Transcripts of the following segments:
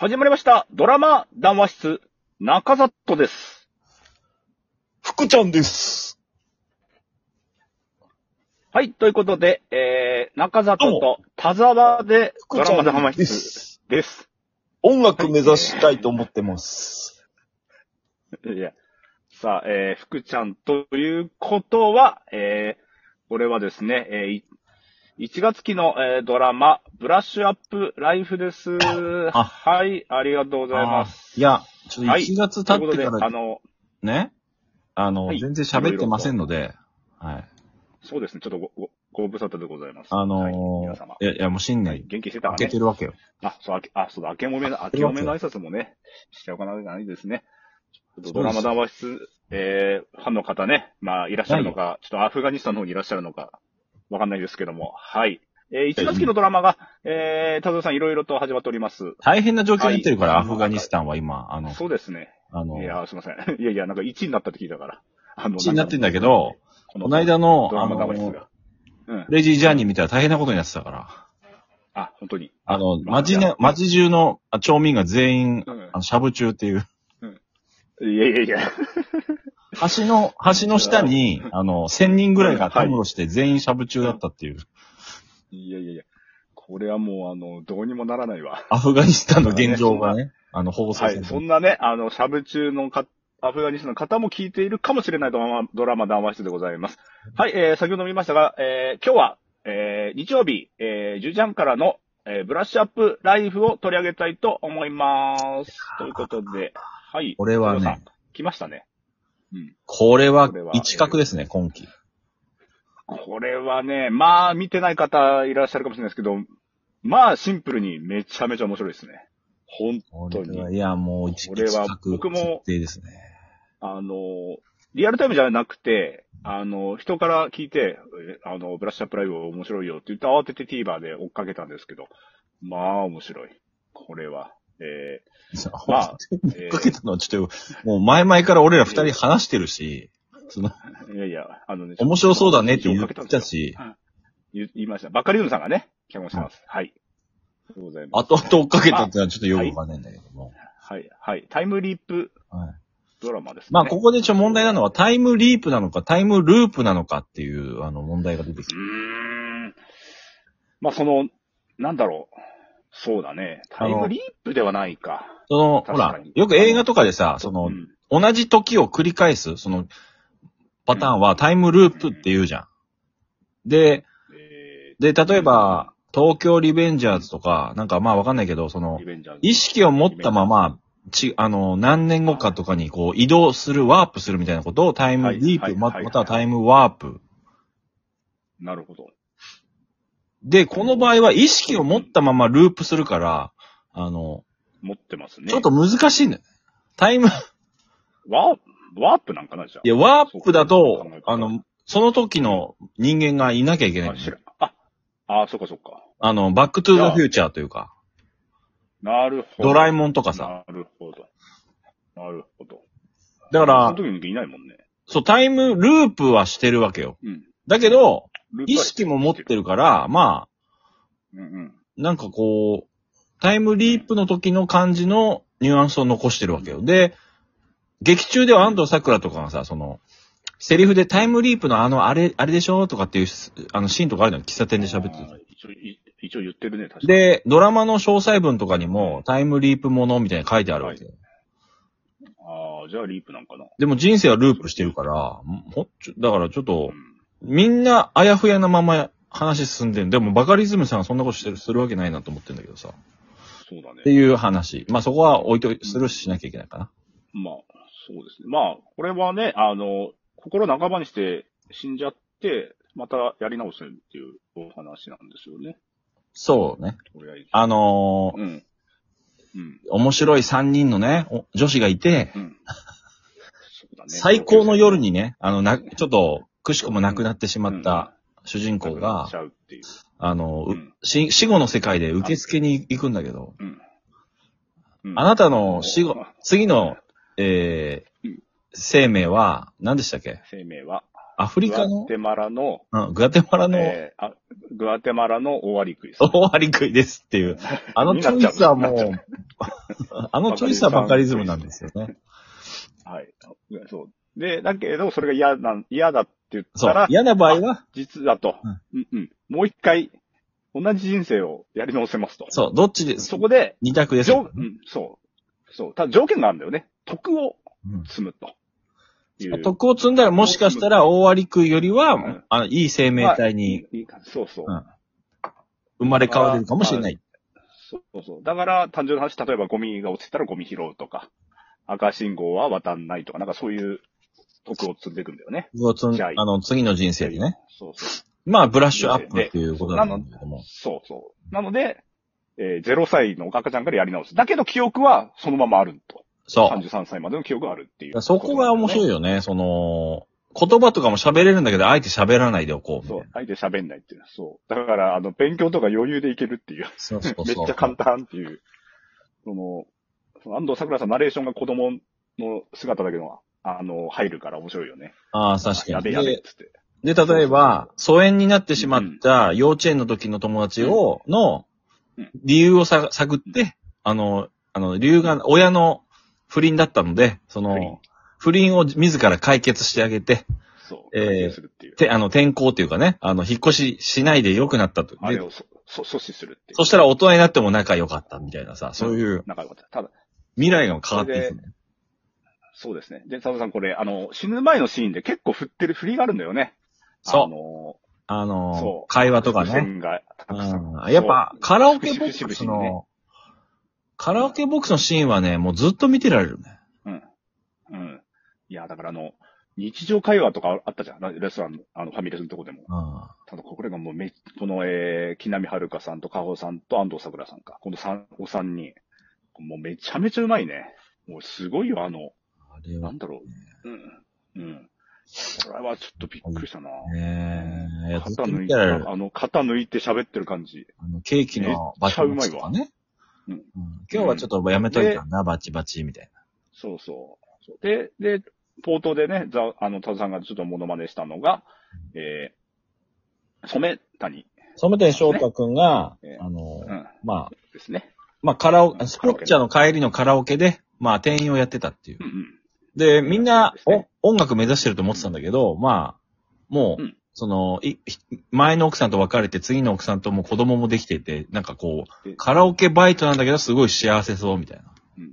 始まりました。ドラマ談話室、中里です。 福ちゃんです。 はい、ということで、中里と田沢でドラマ談話室です。 音楽目指したいと思ってます。 いや、さあ、福ちゃんということは、俺はですね、1月期の、ドラマ、ブラッシュアップライフです。はい、ありがとうございます。 いや、ちょっと1月経ってから、ね、 はい、 全然喋ってませんので、はい。 そうですね、ちょっとご無沙汰でございます。 皆様。いや、もう新年、 元気してたかね。 明けてるわけよ。 そうだ、明けおめの挨拶もね、しちゃおうかな、ないですね。ドラマ談話室、ファンの方ね、まあ、いらっしゃるのか、ちょっとアフガニスタンの方にいらっしゃるのか、わかんないですけども、はい。1月期のドラマが、田添さんいろいろと始まっております。 大変な状況になってるから、アフガニスタンは今、 そうですね。いや、すいません。いやいや、なんか1位になったって聞いたから。 1位になってんだけど、この間の、 ドラマ談話室が。 レジージャーニー見たら大変なことになってたから。 本当に。 街中の町民が全員、シャブ中っていう。 いや。 橋の下に、1000人ぐらいがたむろして全員シャブ中だったっていう。 いや。これはもう、どうにもならないわ。 アフガニスタンの現状がね、放送されてる。 そんなね、シャブ中のアフガニスタンの方も聞いているかもしれないドラマ談話室でございます。はい、先ほど見ましたが、今日は、日曜日、10時半からの、ブラッシュアップライフを取り上げたいと思います。ということで、はい。 これはね、 来ましたね。 これは一角ですね、今期。 これはね、まあ見てない方いらっしゃるかもしれないですけど、まあシンプルにめちゃめちゃ面白いですね。本当に。 いや、もう一角僕も設定ですね。 リアルタイムじゃなくて、人から聞いて、ブラッシュアップライブ面白いよって言って慌てて TVer で追っかけたんですけど、まあ面白い。これは。 まあ、追っかけたのはちょっと、もう前々から俺ら二人話してるし、 いや、 面白そうだねって言ったし、 言いました。バカリウムさんがね、脚本してます。はい。ありがとうございます。 後々追っかけたってのはちょっとよくわかんないんだけども。 はい。タイムリープドラマですね。 まあ、ここで問題なのはタイムリープなのかタイムループなのかっていう問題が出てきて。 まあ、なんだろう。そうだね。タイムリープではないか。 ほら、よく映画とかでさ、同じ時を繰り返す、パターンはタイムループって言うじゃん。で、例えば、東京リベンジャーズとか、なんかまあわかんないけど、意識を持ったまま、何年後かとかにこう移動する、ワープするみたいなことをタイムリープ、またはタイムワープ。 なるほど。 で、この場合は意識を持ったままループするから、 持ってますね。 ちょっと難しいんだよ。タイムワープなんかなじゃあ。 いや、ワープだと、その時の人間がいなきゃいけない、 そっか。 バックトゥーザフューチャーというか。 なるほど。 ドラえもんとかさ。 なるほど。 だから、 その時にいないもんね。 そう、タイムループはしてるわけよ。だけど、意識も持ってるから、まあ、なんかこう、タイムリープの時の感じのニュアンスを残してるわけよ。で、劇中では安藤サクラとかがさ、セリフでタイムリープのあれでしょとかっていう、シーンとかあるのよ。喫茶店で喋ってる。 一応言ってるね、確かに。 で、ドラマの詳細文とかにも、タイムリープものみたいに書いてあるわけよ。 じゃあリープなんかな。 でも人生はループしてるから、だからちょっと、みんなあやふやなまま話進んでる。でもバカリズムさんはそんなことするわけないなと思ってんだけどさ。 そうだね。 っていう話。まあそこは置いといて、スルーしなきゃいけないかな。 まあ、そうですね。まあ、これはね、心半ばにして死んじゃって、またやり直すっていうお話なんですよね。 そうね。面白い3人のね、女子がいて、最高の夜にね、ちょっと、くしくも亡くなってしまった主人公が、死後の世界で受付に行くんだけど、あなたの次の、生命は、何でしたっけ？ 生命は、 アフリカのグアテマラの、 グアテマラの、 グアテマラの大アリクイです、 大アリクイですっていう。あのチョイスはもう、あのチョイスはバカリズムなんですよね。 はい。そう。で、だけど、それが嫌だって言ったら、 嫌な場合は、 実だと、もう一回、同じ人生をやり直せますと。 そう、どっちで、 そこで、 二択ですよ、 そう。ただ条件があるんだよね。徳を積むと。 徳を積んだらもしかしたら大アリクイよりは、いい生命体に、 そう。 生まれ変われるかもしれない。 そう。だから、単純な話、例えばゴミが落ちてたらゴミ拾うとか、赤信号は渡んないとか、なんかそういう徳を積んでいくんだよね。 次の人生でね。 そう。 まあ、ブラッシュアップっていうことなんだけども。 そう。なので、0歳の赤ちゃんからやり直す。だけど記憶はそのままあると。そう。33歳までの記憶があるっていう、 そこが面白いよね。言葉とかも喋れるんだけど、あえて喋らないでおこう。 そう。あえて喋んないっていう。そう。だから、勉強とか余裕でいけるっていう。 そう。 めっちゃ簡単っていう。安藤桜さんナレーションが子供の姿だけど、入るから面白いよね。 ああ、確かに。 やべっつって。 で、例えば、疎遠になってしまった幼稚園の時の友達の理由を探って、理由が親の不倫だったので、不倫を自ら解決してあげて、転校っていうかね、引っ越ししないで良くなったと。 あれを阻止するっていう。 そしたら大人になっても仲良かったみたいなさ、そういう。 仲良かった。ただ、 未来が変わっていくね。 そうですね。で、佐藤さんこれ、死ぬ前のシーンで結構振りがあるんだよね。 そう。会話とかね。やっぱ、カラオケボックスの、カラオケボックスのシーンはね、もうずっと見てられるね。 いや、だから日常会話とかあったじゃん。レストラン、ファミレスのとこでも。ただ、これがもうこの、木南遥さんと加穂さんと安藤桜さんか。このお三人。もうめちゃめちゃうまいね。もうすごいよ、 あれは。 なんだろう。これはちょっとびっくりしたな。肩抜いて喋ってる感じ。 ケーキのバチバチとかね。今日はちょっとやめといたんだ、バチバチみたいな。 そう。で、冒頭でね、タズさんがちょっとモノマネしたのが、染谷翔太くんが、まあ、 ですね。 まあ、スポッチャの帰りのカラオケで、まあ、店員をやってたっていう。で、みんな、音楽目指してると思ってたんだけど、まあ、もう、前の奥さんと別れて、次の奥さんとも子供もできてて、なんかこう、カラオケバイトなんだけど、すごい幸せそうみたいな。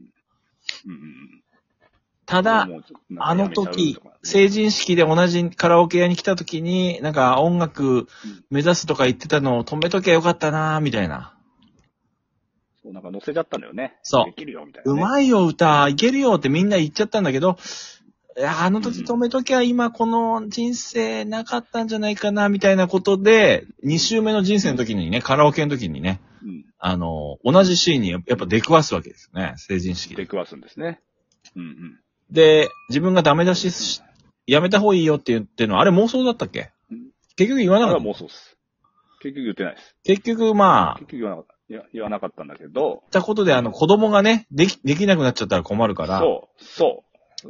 ただ、あの時、成人式で同じカラオケ屋に来た時に、なんか音楽目指すとか言ってたのを止めときゃよかったなみたいな。 そう、なんか乗せちゃったんだよね。 そう。 できるよ、みたいな、 うまいよ、歌、いけるよってみんな言っちゃったんだけど、いや、あの時止めときゃ今この人生なかったんじゃないかな、みたいなことで、2週目の人生の時にね、カラオケの時にね、同じシーンにやっぱ出くわすわけですね、成人式で。 出くわすんですね。 で、自分がダメ出しやめた方がいいよって言ってるのは、あれ妄想だったっけ？結局言わなかった。 あれは妄想です。結局言ってないです。 結局まあ。 結局言わなかったんだけど。 ったことで子供がね、できなくなっちゃったら困るから。 そう。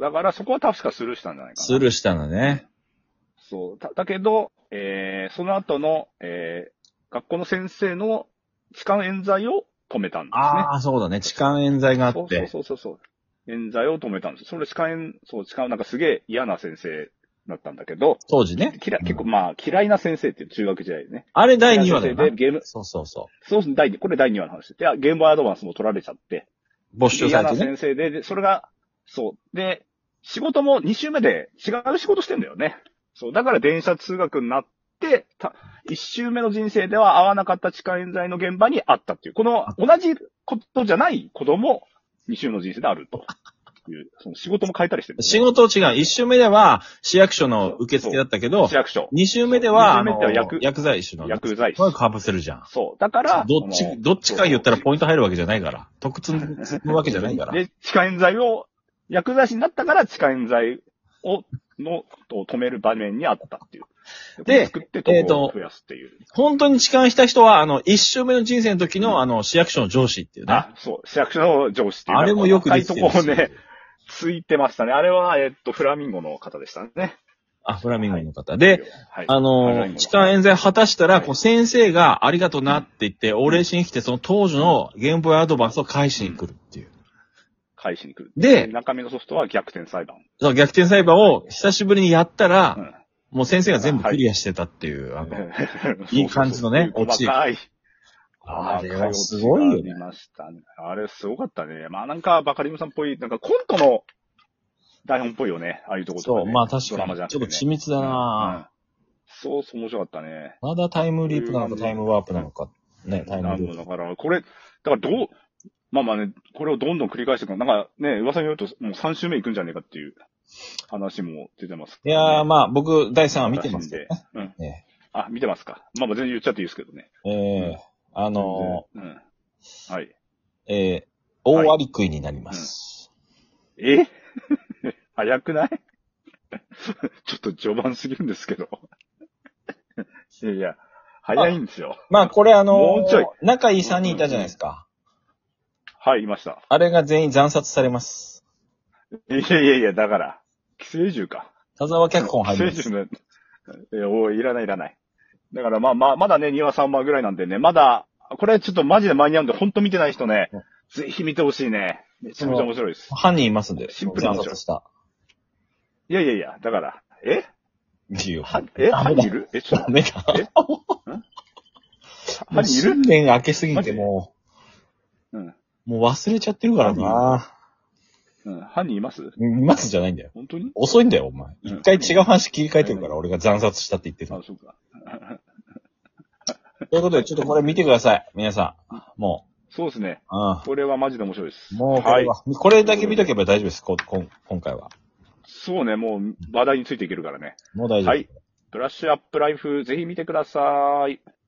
だからそこは確かスルーしたんじゃないかな。 スルーしたんだね。 そう。だけど、その後の、学校の先生の痴漢冤罪を止めたんですね。 ああ、そうだね。痴漢冤罪があって。 そう。冤罪を止めたんです。それ痴漢なんかすげえ嫌な先生だったんだけど。 当時ね。 結構まあ嫌いな先生っていう中学時代でね。 あれ第2話だよね。 そう。これ第2話の話で。ゲームボーイアドバンスも取られちゃって。 没収されてね。 嫌な先生で、それが、そう。で、仕事も2週目で違う仕事してんだよね。そう。だから電車通学になって、1週目の人生では会わなかった痴漢冤罪の現場にあったっていう。この同じことじゃない子供2週の人生であるという、その仕事も変えたりしてる、ね。 仕事違う。1週目では市役所の受付だったけど、 市役所。 2週目では、薬剤師の。 薬剤師。 これかぶせるじゃん。 そう。だから、 どっちか言ったらポイント入るわけじゃないから。得積むわけじゃないから。 で、痴漢冤罪を、薬剤師になったから痴漢冤罪を止める場面にあったっていう。で、作って得を増やすっていう。 本当に痴漢した人は、1週目の人生の時の、市役所の上司っていうね。 そう、市役所の上司っていう。 あれもよくできてる。 とこをね、ついてましたね。あれは、フラミンゴの方でしたね。 あ、フラミンゴの方。で、 はい。 痴漢冤罪果たしたら、こう先生がありがとうなって言って、お礼しに来て、その当時のゲームボーイアドバンスを返しに来るっていう。 返しに来る。 で、 中身のソフトは逆転裁判。 その逆転裁判を久しぶりにやったら、 うんもう先生が全部クリアしてたっていう、いい感じのね、オチ。 細かい。 あれはすごいよね。 ありましたね。あれすごかったね。まあなんかバカリムさんっぽい、なんかコントの台本っぽいよね。ああいうところとか、ね。 そう、まあ確かに。ちょっと緻密だな、 そうそう面白かったね。 まだタイムリープなのかタイムワープなのか。ね、タイムリープ。 だからこれ、だからまあまあね、これをどんどん繰り返していくの。なんかね、噂によるともう3週目行くんじゃねえかっていう話も出てます、 いやーまあ僕第3話見てますんで。 ね。 あ、見てますか。まあ全然言っちゃっていいですけどね。はい。 大割り食いになります。 早くないちょっと序盤すぎるんですけど。いやいや、早いんですよ。 まあこれもうちょい仲いい3人いたじゃないですか。 はい、いました。 あれが全員惨殺されます。 いや、だから、寄生獣か。 田沢脚本入ります。 寄生獣ね。いらない。だからまだね、2話3話ぐらいなんでね、まだ、これちょっとマジで間に合うんで、ほんと見てない人ね、ぜひ見てほしいね。めちゃめちゃ面白いです。 犯人いますんで。 シンプルに面白い。いや、だから、犯人いるちょっと。 ダメだ。 犯人いる新年が明けすぎてもう忘れちゃってるからな。 犯人いますいますじゃないんだよ。 本当に遅いんだよ、お前。一回違う話切り替えてるから、俺が惨殺したって言ってる。 あ、そうか。 ということで、ちょっとこれ見てください。皆さん。もう。そうですね。 うん。 これはマジで面白いです。 もうこれは。これだけ見とけば大丈夫です。今回は。 そうね、もう話題についていけるからね。 もう大丈夫。 はい。ブラッシュアップライフ、ぜひ見てください。